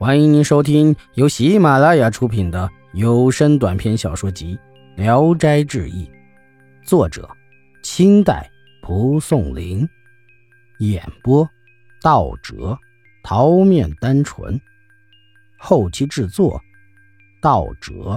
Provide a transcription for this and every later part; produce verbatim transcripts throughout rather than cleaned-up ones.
欢迎您收听由喜马拉雅出品的有声短篇小说集《聊斋志异》，作者清代蒲松龄，演播道哲、桃面单纯，后期制作道哲。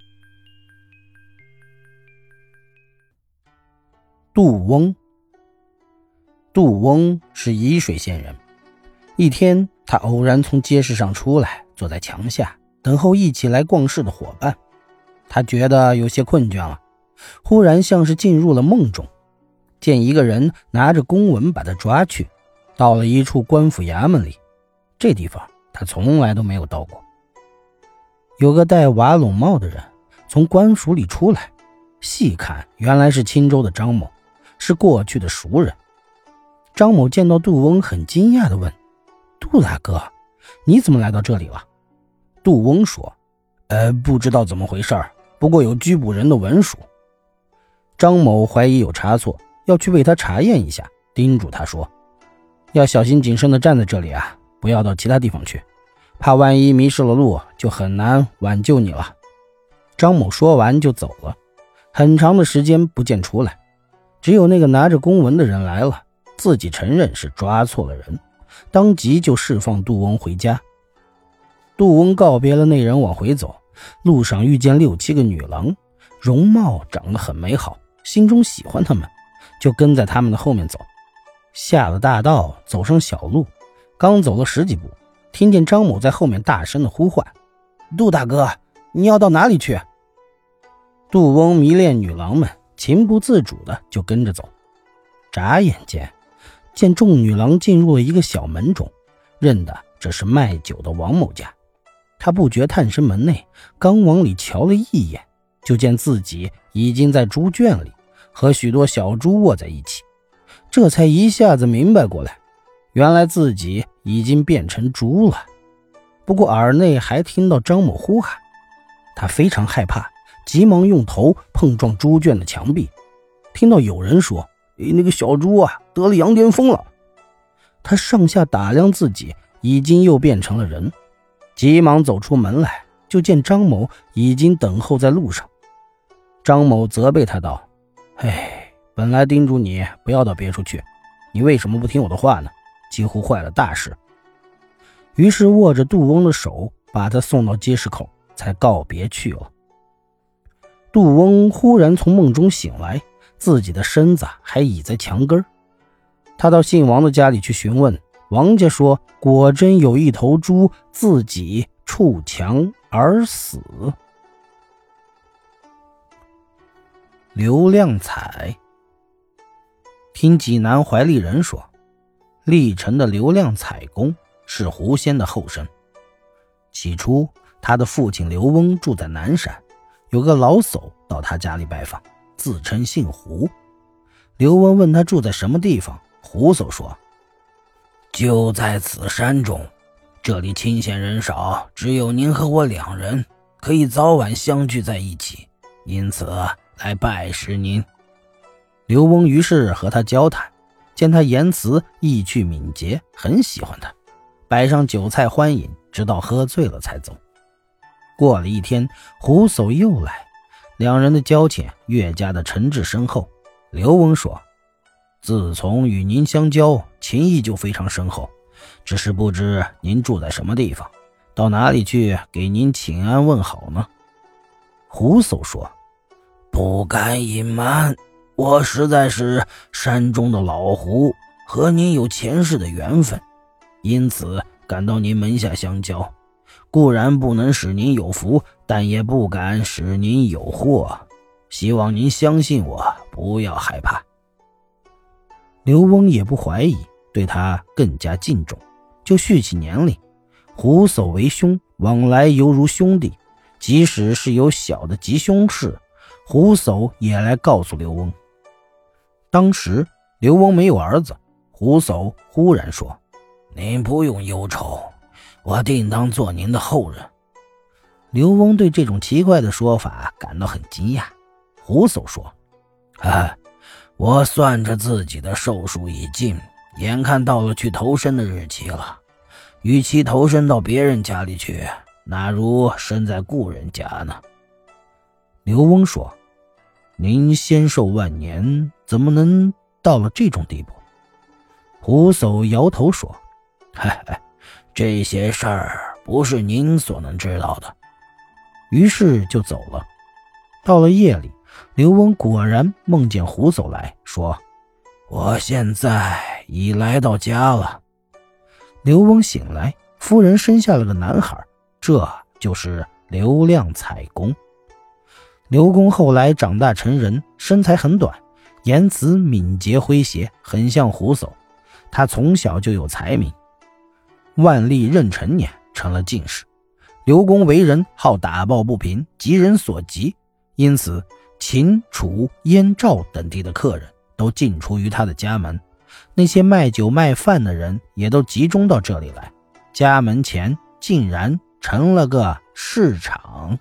杜翁，杜翁是沂水县人。一天，他偶然从街市上出来，坐在墙下等候一起来逛市的伙伴。他觉得有些困倦了，忽然像是进入了梦中，见一个人拿着公文把他抓去，到了一处官府衙门里。这地方他从来都没有到过。有个戴瓦拢帽的人从官署里出来，细看原来是青州的张某，是过去的熟人。张某见到杜翁，很惊讶地问：杜大哥，你怎么来到这里了？杜翁说：呃，不知道怎么回事，不过有拘捕人的文书。张某怀疑有差错，要去为他查验一下，叮嘱他说：要小心谨慎地站在这里啊，不要到其他地方去，怕万一迷失了路，就很难挽救你了。张某说完就走了，很长的时间不见出来，只有那个拿着公文的人来了，自己承认是抓错了人，当即就释放杜翁回家。杜翁告别了那人往回走，路上遇见六七个女郎，容貌长得很美好，心中喜欢她们，就跟在她们的后面走。下了大道，走上小路，刚走了十几步，听见张某在后面大声的呼唤：杜大哥，你要到哪里去？杜翁迷恋女郎们，情不自主的就跟着走。眨眼间见众女郎进入了一个小门中，认得这是卖酒的王某家。他不觉探身门内，刚往里瞧了一眼，就见自己已经在猪圈里和许多小猪卧在一起，这才一下子明白过来，原来自己已经变成猪了。不过耳内还听到张某呼喊，他非常害怕，急忙用头碰撞猪圈的墙壁，听到有人说：那个小猪啊，得了羊癫疯了。他上下打量自己，已经又变成了人，急忙走出门来，就见张某已经等候在路上。张某责备他道：哎，本来叮嘱你不要到别处去，你为什么不听我的话呢？几乎坏了大事。于是握着杜翁的手，把他送到街市口，才告别去了。杜翁忽然从梦中醒来，自己的身子还倚在墙根。他到姓王的家里去询问，王家说果真有一头猪自己触墙而死。刘亮彩。听济南怀利人说，历城的刘亮彩公是胡仙的后生。起初他的父亲刘翁住在南山，有个老叟到他家里拜访，自称姓胡。刘翁问他住在什么地方，胡叟说：就在此山中，这里清闲人少，只有您和我两人，可以早晚相聚在一起，因此来拜识您。刘翁于是和他交谈，见他言辞意趣敏捷，很喜欢他，摆上酒菜欢饮，直到喝醉了才走。过了一天，胡叟又来，两人的交情越加的诚挚深厚。刘翁说：自从与您相交，情谊就非常深厚，只是不知您住在什么地方，到哪里去给您请安问好呢？胡叟说：不敢隐瞒，我实在是山中的老胡，和您有前世的缘分，因此赶到您门下相交，固然不能使您有福，但也不敢使您有祸，希望您相信我，不要害怕。刘翁也不怀疑，对他更加敬重，就续起年龄。胡叟为兄，往来犹如兄弟，即使是有小的吉凶事，胡叟也来告诉刘翁。当时刘翁没有儿子，胡叟忽然说：您不用忧愁，我定当做您的后人。刘翁对这种奇怪的说法感到很惊讶。胡叟说：啊，我算着自己的寿数已尽，眼看到了去投身的日期了， 与其投身到别人家里去，那如身在故人家呢？ 刘翁说：您仙寿万年，怎么能到了这种地步？ 胡叟摇头说：嘿嘿，这些事儿不是您所能知道的。 于是就走了。到了夜里，刘翁果然梦见胡叟来说： 我现在已来到家了。 刘翁醒来，夫人生下了个男孩，这就是刘亮彩公。刘公后来长大成人，身材很短，言辞敏捷诙谐，很像胡叟。他从小就有才名，万历壬辰年成了进士。刘公为人好打抱不平，急人所急，因此秦、楚、燕、赵等地的客人都进出于他的家门，那些卖酒卖饭的人也都集中到这里来，家门前竟然成了个市场。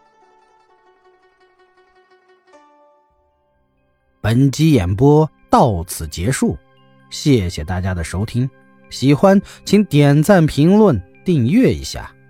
本集演播到此结束，谢谢大家的收听，喜欢请点赞评论订阅一下。